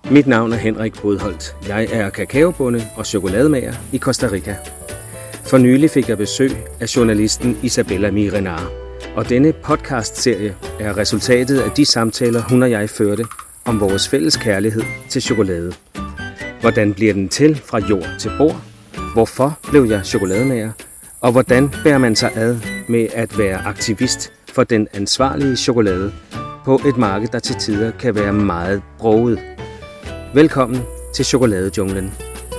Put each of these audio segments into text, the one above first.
Mit navn er Henrik Brudholt. Jeg er kakaobonde og chokolademager i Costa Rica. For nylig fik jeg besøg af journalisten Isabella Mirenar, og denne podcastserie er resultatet af de samtaler, hun og jeg førte om vores fælles kærlighed til chokolade. Hvordan bliver den til fra jord til bord? Hvorfor blev jeg chokolademager? Og hvordan bærer man sig ad med at være aktivist for den ansvarlige chokolade på et marked, der til tider kan være meget broget? Velkommen til Chokoladejunglen.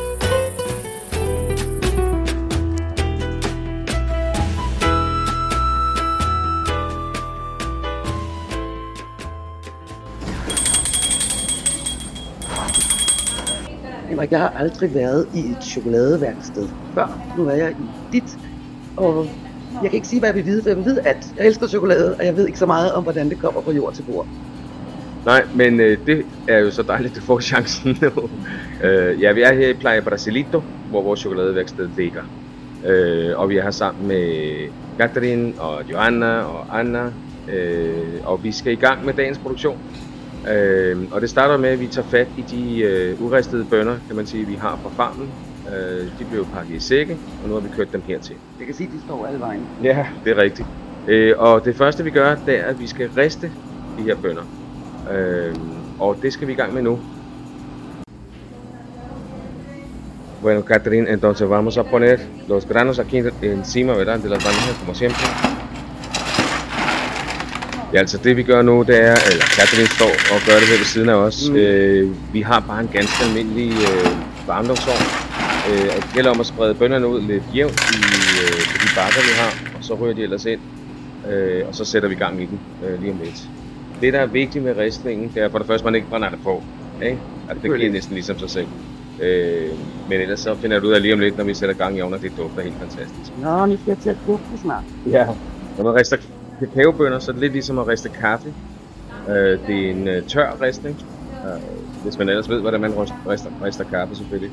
Jeg har aldrig været i et chokoladeværksted før. Nu er jeg i dit, og jeg kan ikke sige, hvad jeg vil vide, for jeg ved, at jeg elsker chokolade, og jeg ved ikke så meget om, hvordan det kommer fra jord til bord. Nej, men det er jo så dejligt, at du får chancen nu. Ja, vi er her i Playa Brasilito, hvor vores chokoladeværksted ligger. Og vi er her sammen med Catherine og Joanna og Anna, og vi skal i gang med dagens produktion. Og det starter med, at vi tager fat i de uristede bønner, kan man sige, vi har fra farmen. De blev pakket i sække, og nu har vi kørt dem hertil. Jeg kan sige, at de står alle vejen. Ja, det er rigtigt. Og det første vi gør, det er, at vi skal riste de her bønner. Og det skal vi i gang med nu. Bueno, Catherine, entonces vamos a poner los granos aquí encima, ¿verdad? De las bandejas, como siempre. Ja, altså det vi gør nu, det er, eller Catherine står og gør det her ved siden af os. Vi har bare en ganske almindelig varmluftsovn. Det gælder om at sprede bønnerne ud lidt jævnt på de bakker vi har, og så rører de ellers ind, og så sætter vi gang i den lige om lidt. Det der er vigtigt med ristningen, det er for det første, man ikke brænder det på. Ikke? Altså, det giver næsten ligesom sig selv. Men ellers så finder du ud af lige om lidt, når vi sætter gang i ovnen, og det dufter helt fantastisk. Nå, nu skal jeg til at dufte snart. Ja, når man rister kakaobønner, så er det lidt ligesom at riste kaffe. Det er en tør ristning, hvis man ellers ved, hvordan man rister kaffe selvfølgelig.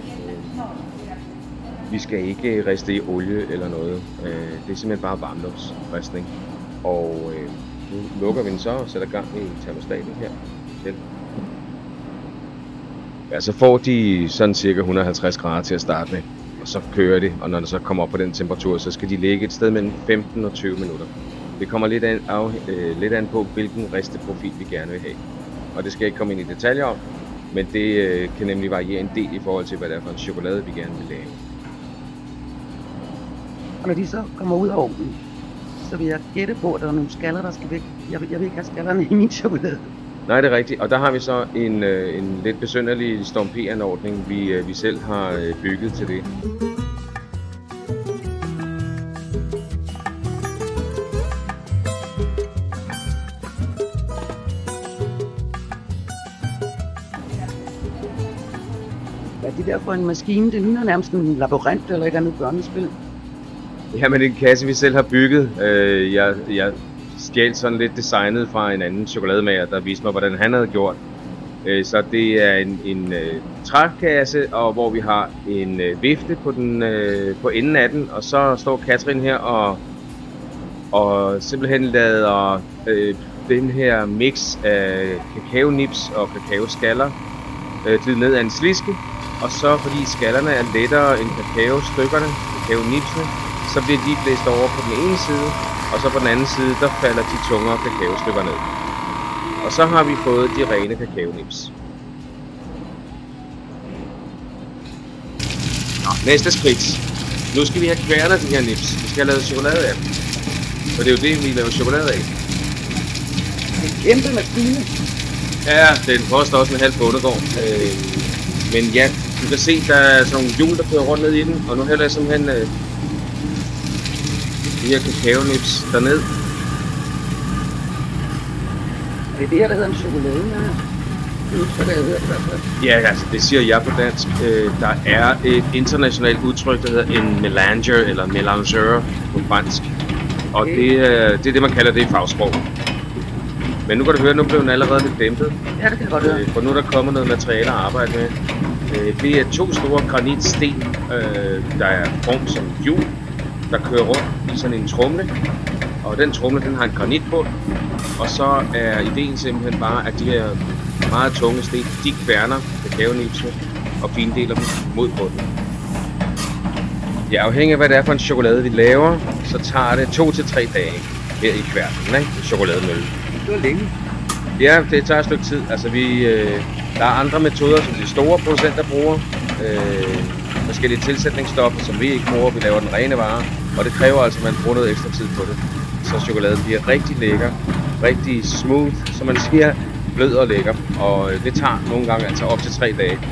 Vi skal ikke riste i olie eller noget. Det er simpelthen bare varmluftsristning. Og nu lukker vi den så og sætter gang i termostaten her. Ja, så får de sådan cirka 150 grader til at starte med, og så kører det, og når det så kommer op på den temperatur, så skal de ligge et sted mellem 15 og 20 minutter. Det kommer lidt an på, hvilken risteprofil vi gerne vil have. Og det skal jeg ikke komme ind i detaljer om, men det kan nemlig variere en del i forhold til, hvad det er for en chokolade, vi gerne vil lave. Og når de så kommer ud af ovnen, så vil jeg gætte på, at der er nogle skaller, der skal væk. Jeg vil ikke have skallerne i min chokolade. Nej, det er rigtigt. Og der har vi så en lidt besynderlig Storm P-anordning, vi selv har bygget til det. Hvad er det der for en maskine? Det ligner nærmest en labyrint eller et andet børnespil. Jamen, det er en kasse, vi selv har bygget. Jeg stjal sådan lidt designet fra en anden chokolademager, der viste mig, hvordan han havde gjort. Så det er en trækasse, og hvor vi har en vifte på enden af den, og så står Catherine her og simpelthen lader den her mix af kakaonips og kakaoskaller glide ned af en sliske, og så fordi skallerne er lettere end kakaostykkerne, kakaonipsene, så bliver de blæst over på den ene side, og så på den anden side, der falder de tungere kakaostykker ned. Og så har vi fået de rene kakaonips. Næste skridt. Nu skal vi have kværnet de her nips. Vi skal have lavet chokolade af dem. Og det er jo det, vi laver chokolade af. En kæmpe maskine. Ja, den koster også en halv bondegård. Men ja, du kan se, der er sådan nogle hjul, der kører rundt ned i den. Og nu hælder jeg simpelthen de her kakaonips derned. Det er det her, der hedder en chokolade. Ja, altså det siger jeg på dansk. Der er et internationalt udtryk, der hedder en mélanger eller mélangeur på fransk. Og det er det, man kalder det i fagsprog. Men nu kan du høre, nu blev den allerede lidt dæmpet. Ja, det kan jeg godt høre. For nu er der kommet noget materiale at arbejde med. Det er 2 store granitsten, der er form som hjul, der kører rundt i sådan en tromle. Og den tromle, den har en granit på. Og så er ideen simpelthen bare, at de her meget tunge sten. De kværner kakaonipsene og findeler dem mod bunden. Ja, afhængig af hvad det er for en chokolade vi laver, så tager det 2 til 3 dage her i kværnen, ikke? Chokolademølle. Det var længe. Ja, det tager et stykke tid. Altså der er andre metoder, som de store producenter bruger. Forskellige tilsætningsstoffer, som vi ikke bruger. Vi laver den rene vare, og det kræver altså, at man bruger noget ekstra tid på det. Så chokoladen bliver rigtig lækker, rigtig smooth, som man siger, blød og lækker. Og det tager nogle gange altså op til 3 dage.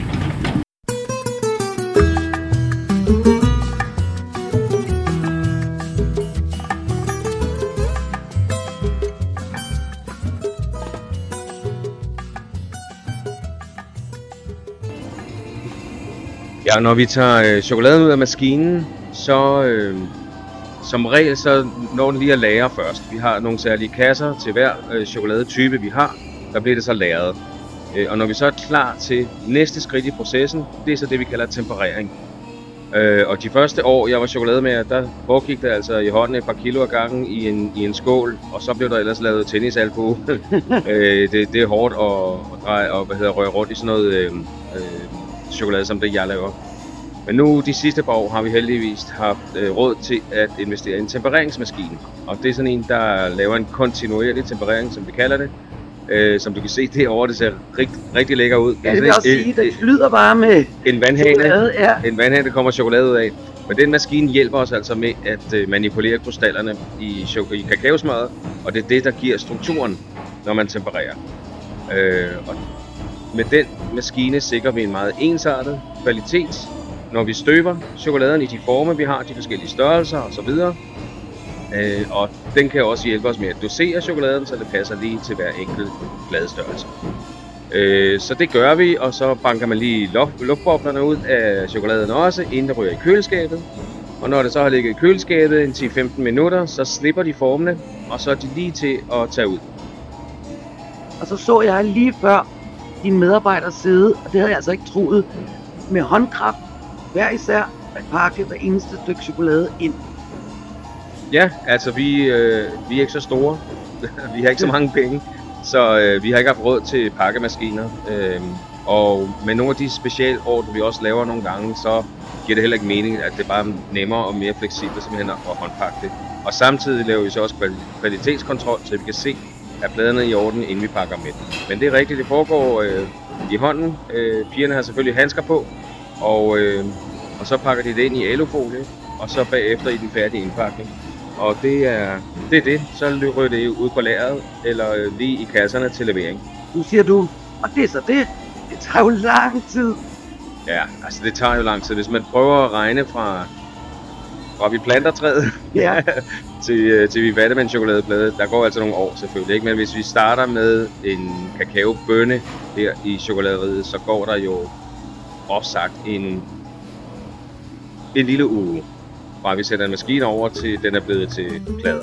Ja, når vi tager chokoladen ud af maskinen, så som regel så når den lige at lagre først. Vi har nogle særlige kasser til hver chokoladetype vi har, der bliver det så lagret. Og når vi så er klar til næste skridt i processen, det er så det vi kalder temperering. Og de første år jeg var chokolademager, der foregik det altså i hånden et par kilo ad gangen i en skål, og så blev der ellers lavet tennisalbue. Det er hårdt at dreje og røre rundt i sådan noget chokolade som det jeg laver. Men nu de sidste par år har vi heldigvis haft råd til at investere i en tempereringsmaskine. Og det er sådan en, der laver en kontinuerlig temperering, som vi kalder det. Som du kan se derovre, det ser rigtig lækker ud. Ja, det vil også sige, det flyder bare med en vandhane. Chokolade, ja. En vandhane, der kommer chokolade ud af. Men den maskine hjælper os altså med at manipulere krystallerne i kakaosmøret. Og det er det, der giver strukturen, når man tempererer. Og med den maskine sikrer vi en meget ensartet kvalitet, når vi støber chokoladen i de former, vi har, de forskellige størrelser osv. Og den kan også hjælpe os med at dosere chokoladen, så det passer lige til hver enkelt pladestørrelse. Så det gør vi, og så banker man lige luftboblerne ud af chokoladen også, inden det ryger i køleskabet. Og når det så har ligget i køleskabet en 10-15 minutter, så slipper de formene, og så er de lige til at tage ud. Og så jeg lige før dine medarbejdere sidde, og det havde jeg altså ikke troet, med håndkraft hver især at pakke hver eneste stykke chokolade ind. Ja, altså vi er ikke så store. Vi har ikke så mange penge, så vi har ikke haft råd til pakkemaskiner. Og med nogle af de specialordre, vi også laver nogle gange, så giver det heller ikke mening, at det er bare nemmere og mere fleksibelt simpelthen at håndpakke det. Og samtidig laver vi så også kvalitetskontrol, så vi kan se, at pladerne er i orden, inden vi pakker med. Men det er rigtigt, det foregår i hånden. Pigerne har selvfølgelig handsker på, og så pakker de det ind i alufolie, og så bagefter i den færdige indpakning. Og det er det. Så ryger det ud på lageret, eller lige i kasserne til levering. Nu siger du, og det er så det. Det tager jo lang tid. Ja, altså det tager jo lang tid. Hvis man prøver at regne fra vi planter træet, ja. til vi vatter med en chokoladeplade, der går altså nogle år selvfølgelig, ikke? Men hvis vi starter med en kakaobønne her i chokoladeriet, så går der jo opsagt en lille uge, fra vi sætter en maskine over til den er blevet til plader.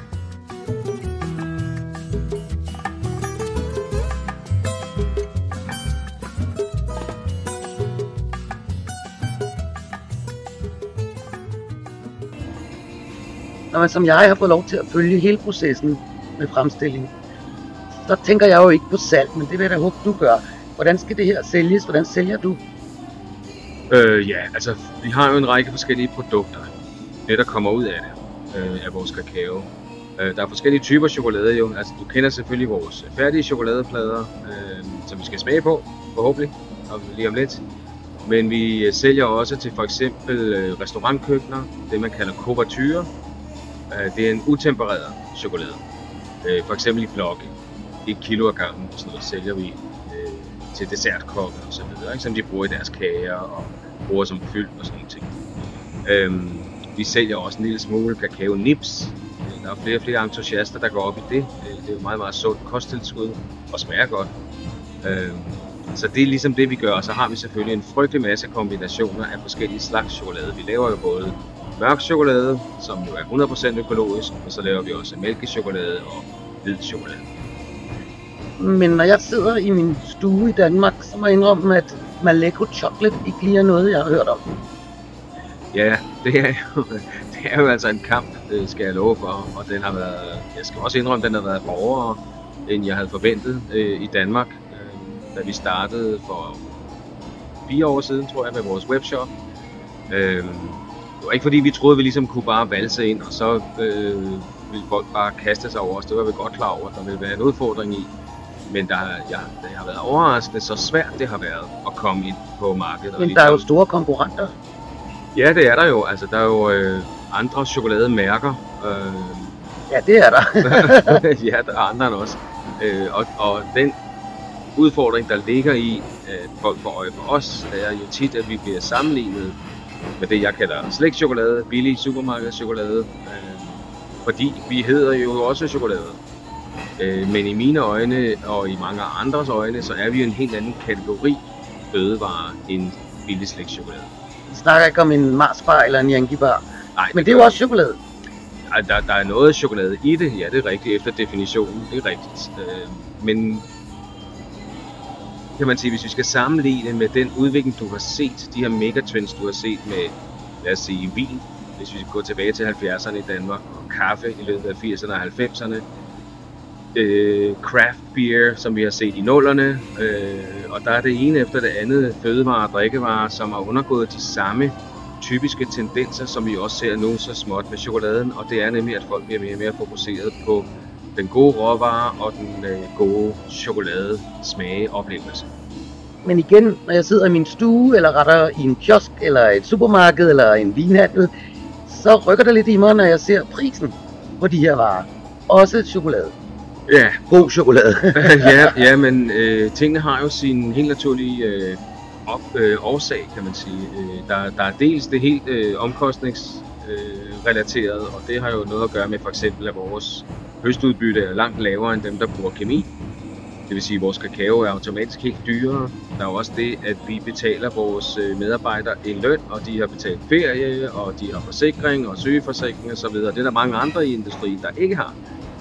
Når man som jeg har fået lov til at følge hele processen med fremstilling, så tænker jeg jo ikke på salg, men det vil jeg da håbe, du gør. Hvordan skal det her sælges? Hvordan sælger du? Ja, altså vi har jo en række forskellige produkter, det der kommer ud af det, af vores kakao. Der er forskellige typer chokolade jo, altså du kender selvfølgelig vores færdige chokoladeplader, som vi skal smage på, forhåbentlig, og lige om lidt. Men vi sælger også til for eksempel restaurantkøkkener, det man kalder couverture. Det er en utempereret chokolade, for eksempel i blokke, 1 kilo ad gangen, sådan noget sælger vi til dessertkokker og så videre, ikke? Som de bruger i deres kager og bruger som fyld og sådan noget ting. Vi sælger også en lille smule kakao nips. Der er flere og flere entusiaster, der går op i det. Det er jo meget, meget sundt kosttilskud og smager godt. Så det er ligesom det, vi gør. Og så har vi selvfølgelig en frygtelig masse kombinationer af forskellige slags chokolade. Vi laver jo både mørk chokolade, som jo er 100% økologisk, og så laver vi også mælkechokolade og hvid chokolade. Men når jeg sidder i min stue i Danmark, så må jeg indrømme, at Maleko Chocolate ikke lige er noget, jeg har hørt om. Ja, det er jo altså en kamp, skal jeg love for, og den har været, jeg skal også indrømme, den har været hårdere, end jeg havde forventet i Danmark. da vi startede for 4 år siden, tror jeg, med vores webshop. Det var ikke fordi, vi troede, vi ligesom kunne bare valse ind, og så ville folk bare kaste sig over os. Det var vi godt klar over, at der ville være en udfordring i. Men det har været overraskende, så svært det har været at komme ind på markedet. Men der er jo store konkurrenter. Ja, det er der jo. Altså, der er jo andre chokolademærker. Ja, det er der. Ja, der er andre end os. Og den udfordring, der ligger i, at folk får øje på os, det er jo tit, at vi bliver sammenlignet med det, jeg kalder slægtschokolade, billig supermarkedschokolade. Fordi vi hedder jo også chokolade. Men i mine øjne, og i mange andres øjne, så er vi jo en helt anden kategori fødevarer end billig slægtschokolade. Vi snakker ikke om en Mars-bar eller en Yankee-bar. Nej, men det er jo også chokolade. Der er noget chokolade i det, ja, det er rigtigt, efter definitionen, det er rigtigt. Men kan man sige, hvis vi skal sammenligne med den udvikling, du har set, de her megatrends, du har set med, lad os sige, vin, hvis vi skal gå tilbage til 70'erne i Danmark, og kaffe i løbet af 80'erne og 90'erne, craft beer, som vi har set i 0'erne, og der er det ene efter det andet fødevarer og drikkevarer, som har undergået de samme typiske tendenser, som vi også ser nu så småt med chokoladen, og det er nemlig, at folk bliver mere og mere fokuseret på den gode råvare og den gode chokoladesmageoplevelse. Men igen, når jeg sidder i min stue, eller retter i en kiosk, eller et supermarked, eller en vinhandel, så rykker det lidt i mig, når jeg ser prisen på de her varer. Også chokolade. Ja. God chokolade. ja, men tingene har jo sin helt naturlige årsag, kan man sige. Der er dels det helt omkostningsrelaterede, og det har jo noget at gøre med for eksempel, at vores høstudbytte er langt lavere end dem, der bruger kemi. Det vil sige, at vores kakao er automatisk helt dyrere. Der er jo også det, at vi betaler vores medarbejdere en løn, og de har betalt ferie, og de har forsikring og sygeforsikring osv. Det er der mange andre i industrien, der ikke har.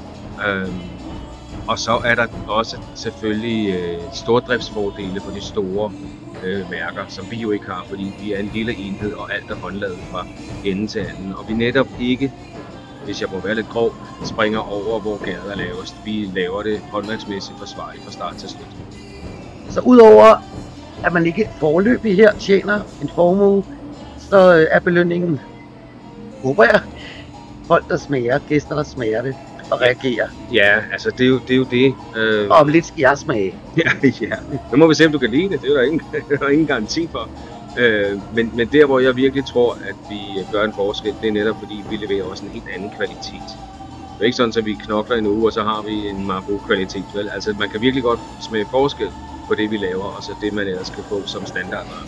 Og så er der også selvfølgelig stordriftsfordele på de store mærker, som vi jo ikke har, fordi vi er en lille enhed, og alt er håndlaget fra ende til anden. Og vi netop ikke, hvis jeg må være lidt grov, springer over, hvor gæret er lavest. Vi laver det håndværksmæssigt forsvarligt fra start til slut. Så udover at man ikke foreløbig her tjener en formue, så er belønningen, håber jeg, folk der smager, gæster der smager det og reagerer. Ja, altså det er jo det. Og om lidt skal jeg smage. Ja. Nu må vi se, om du kan lide det. Det er der ingen garanti for. Men der, hvor jeg virkelig tror, at vi gør en forskel, det er netop fordi, vi leverer også en helt anden kvalitet. Det er ikke sådan, at vi knokler en uge, og så har vi en meget god kvalitet. Vel? Altså, man kan virkelig godt smage forskel på det, vi laver, og så det, man ellers kan få som standardvare.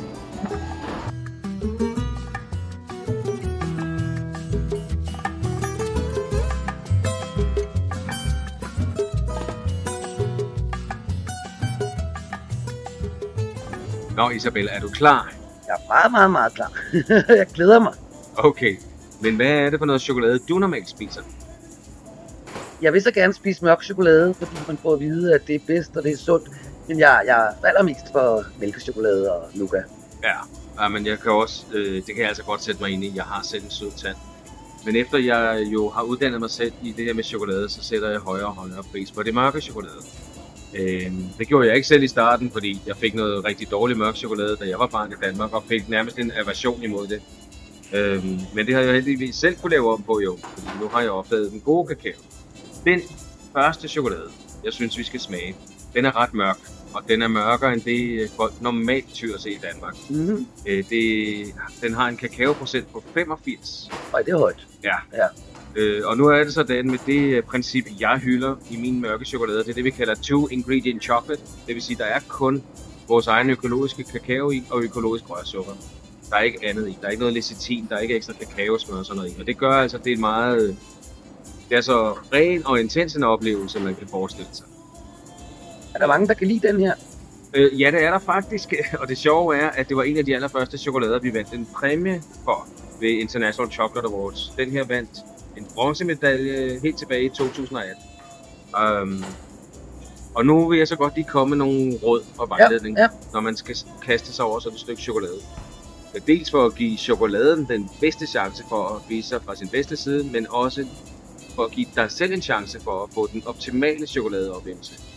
Nå, Isabella, er du klar? Jeg er meget, meget klar. Jeg glæder mig. Okay, men hvad er det for noget chokolade, du normalt spiser? Jeg vil så gerne spise mørk chokolade, fordi man får at vide, at det er bedst og det er sundt. Men jeg falder mest for mælkechokolade og nougat. Ja, men jeg kan også, det kan jeg altså godt sætte mig ind i. Jeg har selv en sød tand. Men efter jeg jo har uddannet mig selv i det her med chokolade, så sætter jeg højere og højere pris på det mørke chokolade. Det gjorde jeg ikke selv i starten, fordi jeg fik noget rigtig dårlig mørk chokolade, da jeg var barn i Danmark, og fik nærmest en aversion imod det. Men det har jeg heldigvis selv kunne lave om på jo, fordi nu har jeg opdaget den gode kakao. Den første chokolade, jeg synes vi skal smage, den er ret mørk, og den er mørkere end det folk normalt tyr sig i Danmark. Mm-hmm. Den har en kakaoprocent på 85. Ej, det er højt. Ja. Og nu er det sådan med det princip, jeg hylder i mine mørke chokolader. Det er det, vi kalder 2-ingredient chocolate. Det vil sige, der er kun vores egen økologiske kakao i og økologisk rørsukker. Der er ikke andet i. Der er ikke noget lecitin, der er ikke ekstra kakaosmør og sådan noget i. Og det gør altså, det er så ren og intens en oplevelse, man kan forestille sig. Er der mange, der kan lide den her? Ja, det er der faktisk. Og det sjove er, at det var en af de allerførste chokolader, vi vandt en præmie for ved International Chocolate Awards. Den her vandt en bronzemedalje helt tilbage i 2018. Og nu vil jeg så godt lige komme med nogle råd og vejledning, når man skal kaste sig over sådan et stykke chokolade. Dels for at give chokoladen den bedste chance for at vise sig fra sin bedste side, men også for at give dig selv en chance for at få den optimale chokoladeoplevelse.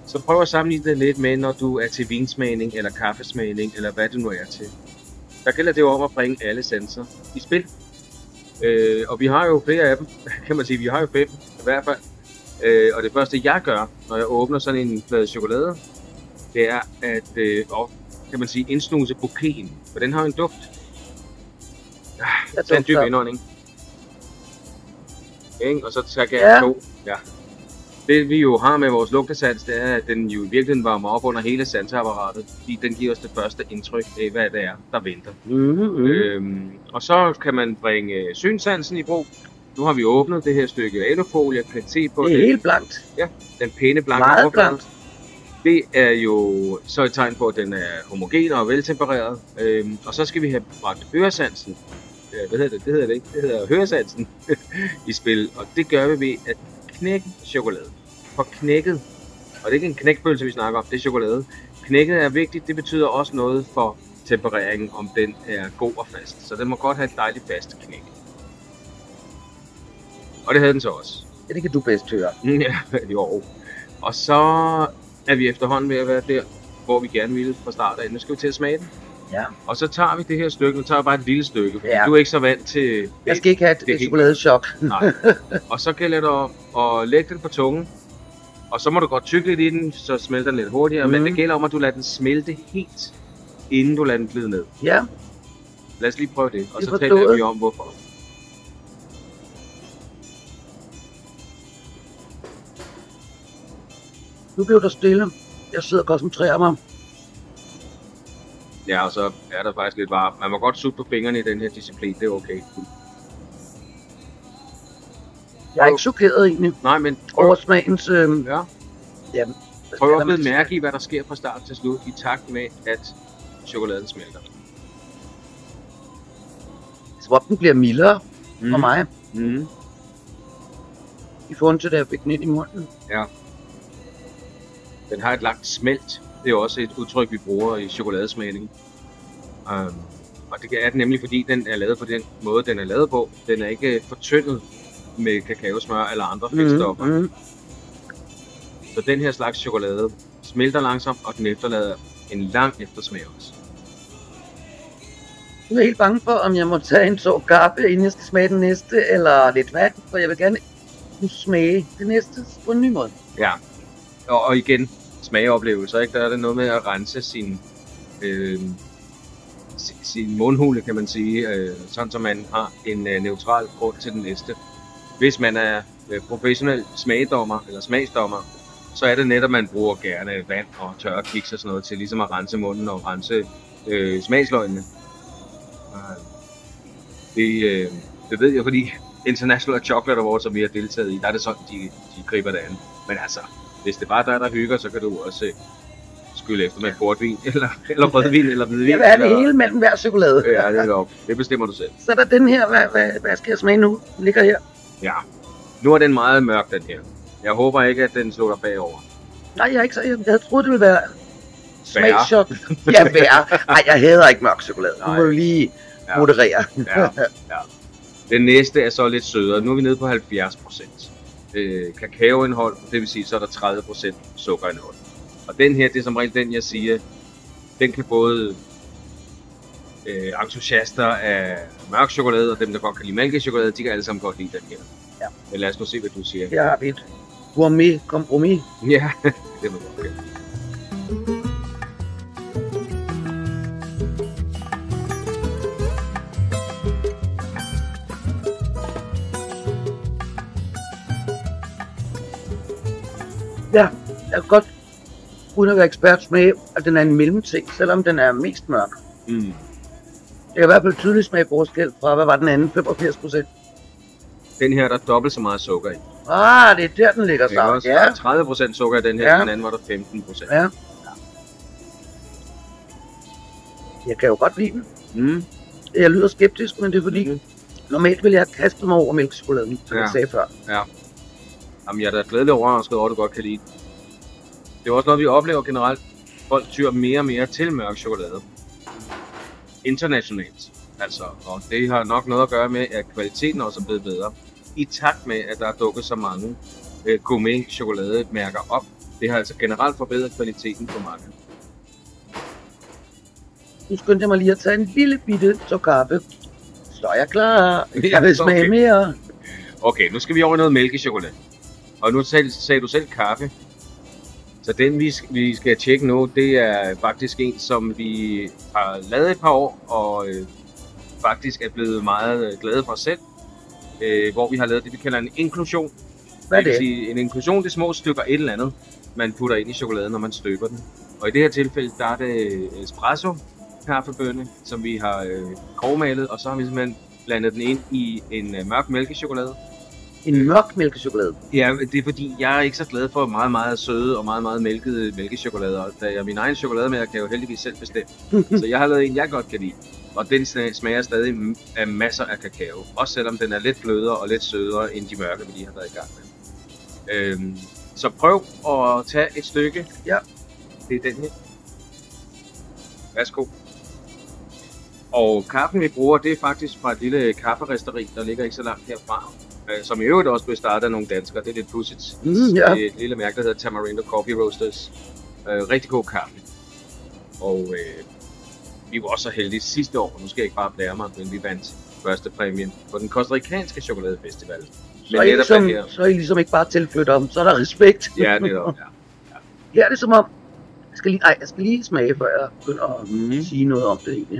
Så prøv at sammenligne det lidt med, når du er til vinsmagning eller kaffesmagning, eller hvad du nu er til. Der gælder det jo om at bringe alle sanser i spil. Og vi har jo flere af dem, kan man sige. Vi har jo 5 i hvert fald. Og det første jeg gør, når jeg åbner sådan en flade chokolade, det er at kan man sige, indsnuse bouqueten. For den har en duft. Det er en dyb indånding. Og så tager jeg 2. Ja. Det vi jo har med vores lugtesans, det er, at den jo i virkeligheden varmer op under hele sanseapparatet, fordi den giver os det første indtryk af, hvad det er, der venter. Og så kan man bringe synsansen i brug. Nu har vi åbnet det her stykke alufolie, jeg kan se på det. Det er helt blankt. Ja, den pæne blanke meget blankt. Det er jo så et tegn på, at den er homogen og veltempereret. Og så skal vi have bragt øresansen. Hvad hedder det? Det hedder det ikke. Det hedder høresansen i spil. Og det gør vi ved at knække chokolade. For knækket, og det er ikke en knækpølse, vi snakker om, det er chokolade. Knækket er vigtigt, det betyder også noget for tempereringen, om den er god og fast. Så den må godt have et dejligt fast knæk. Og det havde den så også. Ja, det kan du bedst høre. Ja, jo. Og så er vi efterhånden ved at være der, hvor vi gerne ville fra start af. Nu skal vi til at smage den. Ja. Og så tager vi det her stykke, nu tager jeg bare et lille stykke, fordi du er ikke så vant til... Jeg skal ikke have et chokoladechok. Nej. Og så gælder det at lægge den på tungen, og så må du godt tygge lidt i den, så smelter den lidt hurtigere, men det gælder om, at du lader den smelte helt, inden du lader den glide ned. Ja. Lad os lige prøve det, og så taler vi om, hvorfor. Nu blev der stille. Jeg sidder og koncentrerer mig. Ja, og så er der faktisk lidt varmt. Man må godt sutte på fingrene i den her disciplin, det er okay. Jeg er ikke chokeret egentlig. Nej, men over smagens... Ja. Prøv at mærke i, hvad der sker fra start til slut, i takt med, at chokoladen smelter. Så hvor den bliver mildere for mig. I forhold til, da jeg fik den ind i munden. Ja. Den har et langt smelt. Det er også et udtryk, vi bruger i chokoladesmagning. Og det er det nemlig, fordi den er lavet på den måde, den er lavet på. Den er ikke fortyndet med kakaosmør eller andre fedtstoffer. Så den her slags chokolade smelter langsomt, og den efterlader en lang eftersmag også. Jeg er helt bange for, om jeg må tage en tår kaffe, inden jeg skal smage den næste, eller lidt vand, for jeg vil gerne smage det næste på en ny måde. Ja, og igen, smageoplevelser, ikke? Der er det noget med at rense sin mundhule, kan man sige, sådan så man har en neutral grund til den næste. Hvis man er professionel smagdommer eller smagsdommer, så er det netop, at man bruger gerne vand og tørre kiks og sådan noget til ligesom at rense munden og rense smagsløgene. Det ved jeg, fordi International Chocolate Awards, som vi har deltaget i, der er det sådan, de griber det an. Men altså, hvis det bare er der hygger, så kan du også skylle efter med portvin, eller rødvin, eller hvidvin. Jeg vil have det hele mellem hver chokolade. Ja, det er godt. Det bestemmer du selv. Så er der den her, hvad skal jeg smage nu? Den ligger her. Ja, nu er den meget mørk, den her. Jeg håber ikke, at den slår dig bagover. Nej, jeg havde troet, det ville være smagschok. Ja, værre. Nej, jeg hader ikke mørk chokolade. Nu må du lige moderere. Ja. Den næste er så lidt sødere. Nu er vi nede på 70% kakaoindhold, det vil sige, så er der 30% sukkerindhold. Og den her, det er som regel den, jeg siger, den kan både entusiaster af mørk chokolade, og dem, der godt kan lide mælkechokolade, de kan alle sammen godt lide den her. Ja. Men lad os nu se, hvad du siger. Her har vi et gourmet kompromis. Ja, det må godt. Ja, jeg kan godt, uden at være ekspert, smage, at den er en mellemting, selvom den er mest mørk. Jeg kan i hvert fald tydeligt smage forskel fra, hvad var den anden, 85%. Den her, der er dobbelt så meget sukker i. Det er der, den ligger sammen. Ja. Der er 30% sukker i den her, den anden var der 15%. Ja. Jeg kan jo godt lide den. Jeg lyder skeptisk, men det er fordi, normalt ville jeg have kastet mig over mælkechokoladen, som jeg sagde før. Ja. Jamen, jeg er da glædelig overrasket over, at du godt kan lide. Det er også noget, vi oplever generelt. Folk tyr mere og mere til mørk chokolade. Internationalt. Altså, og det har nok noget at gøre med, at kvaliteten også er blevet bedre. I takt med, at der er dukket så mange gourmet chokolademærker op. Det har altså generelt forbedret kvaliteten på markedet. Nu skyndte jeg mig lige at tage en lille bitte tår kaffe. Så er jeg klar. Ja, Jeg vil smage okay. mere. Okay, nu skal vi over i noget mælkechokolade. Og nu sagde du selv kaffe. Så den vi skal tjekke nu, det er faktisk en, som vi har lavet et par år, og faktisk er blevet meget glade for os selv. Hvor vi har lavet det, vi kalder en inklusion. Hvad er det? Sige, en inklusion, det er små stykker et eller andet, man putter ind i chokoladen, når man støber den. Og i det her tilfælde, der er det espresso kaffebønne, som vi har grovmalet, og så har vi simpelthen blandet den ind i en mørk mælkechokolade. En mørk mælkechokolade. Ja, det er fordi, jeg er ikke så glad for meget, meget søde og meget, meget mælkede mælkechokolader. Og da jeg er min egen chokolademager, kan jeg jo heldigvis selv bestemme. Så jeg har lavet en, jeg godt kan lide. Og den smager stadig af masser af kakao. Også selvom den er lidt blødere og lidt sødere end de mørke, vi lige har været i gang med. Så prøv at tage et stykke. Ja. Det er den her. Værsgo. Og kaffen vi bruger, det er faktisk fra et lille kafferisteri, der ligger ikke så langt herfra. Som i øvrigt også blev startet af nogle danskere. Det er lidt pudsigt. Ja. Det er et lille mærke, der hedder Tamarindo Coffee Roasters. Rigtig god kaffe. Og vi var også så heldige sidste år, nu skal jeg ikke bare blære mig, men vi vandt første præmien på den costaricanske chokoladefestival. Så er I ligesom ikke bare tilflytter, så er der respekt. Ja, netop. Ja. Her er det som om, jeg skal lige smage, før jeg begynder at sige noget om det egentlig.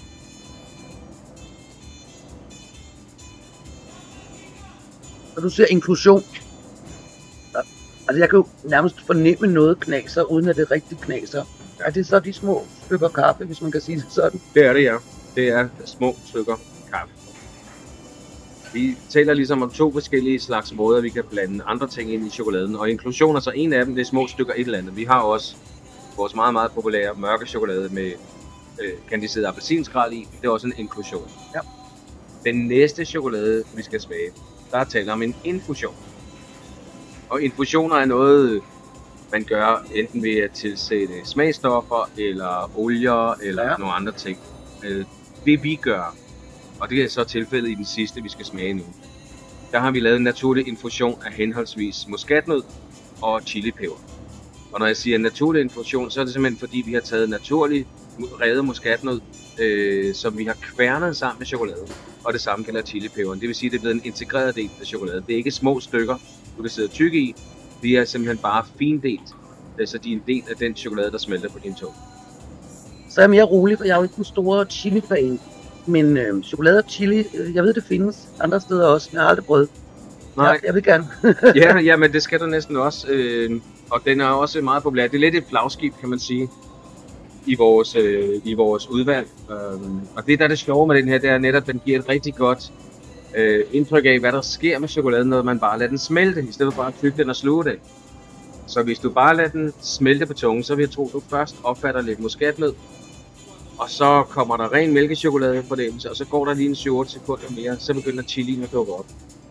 Når du siger inklusion, altså jeg kan jo nærmest fornemme noget knaser, uden at det rigtig knaser. Er det så de små stykker kaffe, hvis man kan sige det sådan? Det er det, ja. Det er små stykker kaffe. Vi taler ligesom om 2 forskellige slags måder, vi kan blande andre ting ind i chokoladen. Og inklusion er så en af dem, det er små stykker et eller andet. Vi har også vores meget, meget populære mørke chokolade med kandiseret appelsinskrald i. Det er også en inklusion. Ja. Den næste chokolade, vi skal smage, der taler om en infusion. Og infusioner er noget, man gør enten ved at tilsætte smagstoffer, eller olier, eller nogle andre ting. Det vi gør, og det er så tilfældet i den sidste, vi skal smage nu. Der har vi lavet en naturlig infusion af henholdsvis muskatnød og chilipeber. Og når jeg siger naturlig infusion, så er det simpelthen fordi, vi har taget naturlig revet muskatnød, som vi har kværnet sammen med chokoladen. Og det samme gælder chilipeberen. Det vil sige, at det er blevet en integreret del af chokoladen. Det er ikke små stykker, du kan sidde og tykke i. De er simpelthen bare findelt. Så de er en del af den chokolade, der smelter på din tunge. Så er jeg mere rolig, for jeg er jo ikke den store chili-fan. Men chokolade og chili, jeg ved det findes andre steder også, men jeg har aldrig prøvet. Nej. Jeg vil gerne. ja, men det skal du næsten også. Og den er også meget populær. Det er lidt et flagskib, kan man sige, i vores udvalg. Og det, der er det sjove med den her, det er netop, at den giver et rigtig godt indtryk af, hvad der sker med chokoladen, når man bare lader den smelte, i stedet for at tygge den og sluge det. Så hvis du bare lader den smelte på tungen, så vil jeg tro, at du først opfatter lidt muskatnød. Og så kommer der ren mælkechokolade på det, og så går der lige en 7-8 sekunder mere, så begynder chilien at dukke op.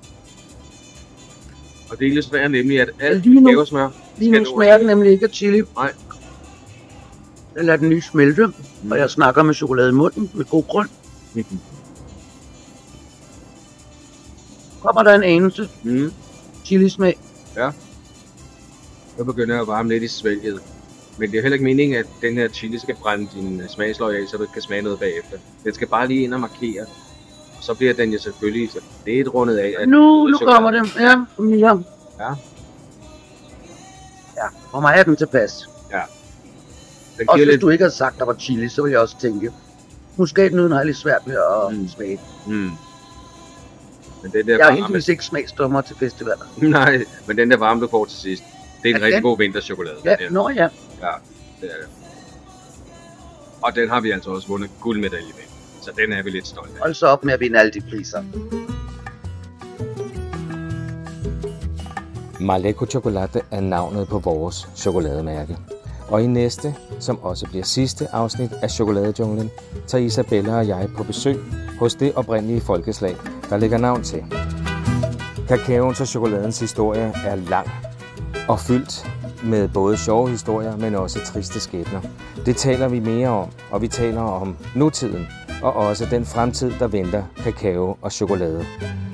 Og det illustrerer nemlig, at alt kakaosmør Lige nu smager den nemlig ikke af chili. Nej. Jeg lader den lige smelte, og jeg snakker med chokolade i munden med god grund. Kommer der en anelse chilismag. Ja. Så begynder jeg at varme lidt i svælget. Men det er heller ikke meningen, at den her chili skal brænde din smagsløg af, så du kan smage noget bagefter. Den skal bare lige ind og markere. Og så bliver den jo selvfølgelig lidt rundet af. At Nu kommer den. Ja. Ja. Ja, for mig er den tilpas. Ja. Den Også hvis lidt... du ikke havde sagt, at der var chili, så ville jeg også tænke, muskatnøden har lidt svært med at smage. Men den der jeg har heldigvis ikke smagsdommer til festivaler. Nej, men den der varme, du får til sidst, det er en rigtig god vinterchokolade. Ja, ja. Nå ja. Ja, det er det. Og den har vi altså også vundet guldmedalje med. Så den er vi lidt stolte af. Hold så op med at vinde alle de priser. Maleco Chocolate er navnet på vores chokolademærke. Og i næste, som også bliver sidste afsnit af Chokoladejunglen, tager Isabella og jeg på besøg hos det oprindelige folkeslag, der lægger navn til. Kakaoens og chokoladens historie er lang og fyldt med både sjove historier, men også triste skæbner. Det taler vi mere om, og vi taler om nutiden og også den fremtid, der venter kakao og chokolade.